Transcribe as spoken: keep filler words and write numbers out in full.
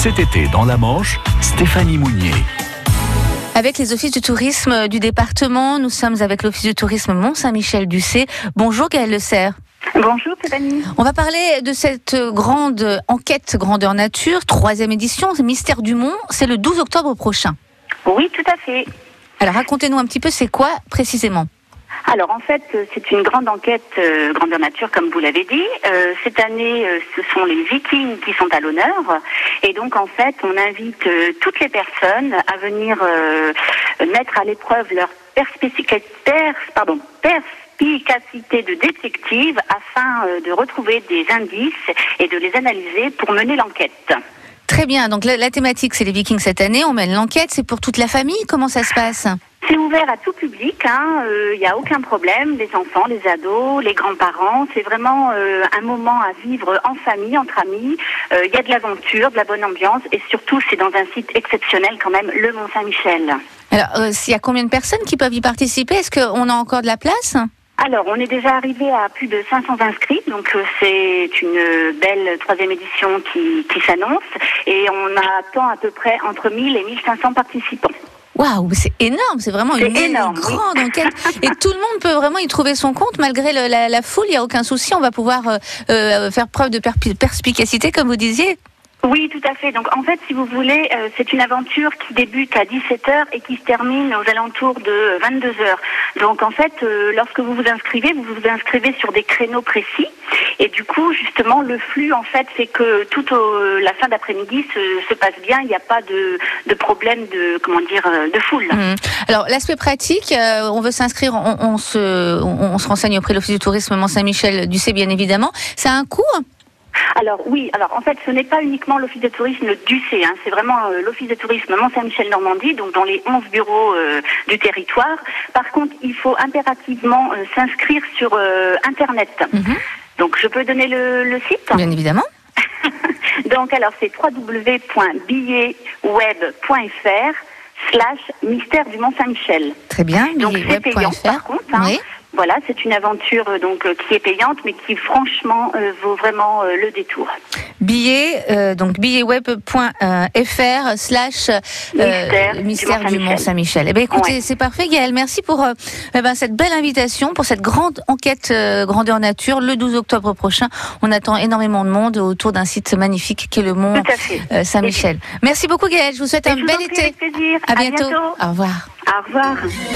Cet été, dans la Manche, Stéphanie Mounier. Avec les offices du tourisme du département, nous sommes avec l'office du tourisme Mont-Saint-Michel-du-Cé. Bonjour Gaëlle Le Serre. Bonjour Stéphanie. On va parler de cette grande enquête grandeur nature, troisième édition, Mystère du Mont, c'est le douze octobre prochain. Oui, tout à fait. Alors racontez-nous un petit peu, c'est quoi précisément ? Alors en fait, c'est une grande enquête euh, grandeur nature, comme vous l'avez dit. Euh, cette année, euh, ce sont les Vikings qui sont à l'honneur. Et donc en fait, on invite euh, toutes les personnes à venir euh, mettre à l'épreuve leur perspicacité, pardon, perspicacité de détective afin euh, de retrouver des indices et de les analyser pour mener l'enquête. Très bien, donc la, la thématique c'est les Vikings cette année, on mène l'enquête, c'est pour toute la famille, comment ça se passe ? C'est ouvert à tout public, il hein, n'y euh, a aucun problème, les enfants, les ados, les grands-parents, c'est vraiment euh, un moment à vivre en famille, entre amis, il euh, y a de l'aventure, de la bonne ambiance et surtout c'est dans un site exceptionnel quand même, le Mont-Saint-Michel. Alors, il euh, y a combien de personnes qui peuvent y participer ? Est-ce qu'on a encore de la place ? Alors, on est déjà arrivé à plus de cinq cents inscrits, donc euh, c'est une belle troisième édition qui, qui s'annonce et on attend à peu près entre mille et mille cinq cents participants. Waouh, c'est énorme, c'est vraiment c'est une énorme, grande oui. enquête. Et tout le monde peut vraiment y trouver son compte, malgré le, la, la foule, il n'y a aucun souci, on va pouvoir euh, euh, faire preuve de per- perspicacité, comme vous disiez. Oui, tout à fait. Donc en fait, si vous voulez, euh, c'est une aventure qui débute à dix-sept heures et qui se termine aux alentours de vingt-deux heures. Donc en fait, euh, lorsque vous vous inscrivez, vous vous inscrivez sur des créneaux précis. Et du coup, justement, le flux, en fait, fait que toute au, la fin d'après-midi se, se passe bien. Il n'y a pas de, de problème de, comment dire, de foule. Mmh. Alors, l'aspect pratique, euh, on veut s'inscrire, on, on, se, on, on se renseigne auprès de l'Office du tourisme Mont-Saint-Michel-du-Cé, bien évidemment. Ça a un coût ? Alors oui, alors en fait ce n'est pas uniquement l'office de tourisme du C, hein, c'est vraiment euh, l'office de tourisme Mont-Saint-Michel-Normandie, donc dans les onze bureaux euh, du territoire. Par contre, il faut impérativement euh, s'inscrire sur euh, Internet. Mm-hmm. Donc je peux donner le, le site ? Bien évidemment. Donc alors c'est w w w point billet web point f r slash mystère du Mont-Saint-Michel. Très bien, donc c'est payant par contre. Hein. Oui. Voilà, c'est une aventure donc euh, qui est payante, mais qui franchement euh, vaut vraiment euh, le détour. Billet, euh, donc billetweb point f r slash euh, mystère du Mont-Saint-Michel. Eh ben écoutez, ouais. C'est parfait, Gaëlle. Merci pour euh, eh ben, cette belle invitation, pour cette grande enquête euh, grandeur nature le douze octobre prochain. On attend énormément de monde autour d'un site magnifique qui est le Mont euh, Saint-Michel. Merci beaucoup, Gaëlle. Je vous souhaite Et un bel été. Avec plaisir. À bientôt. À bientôt. Au revoir. Au revoir.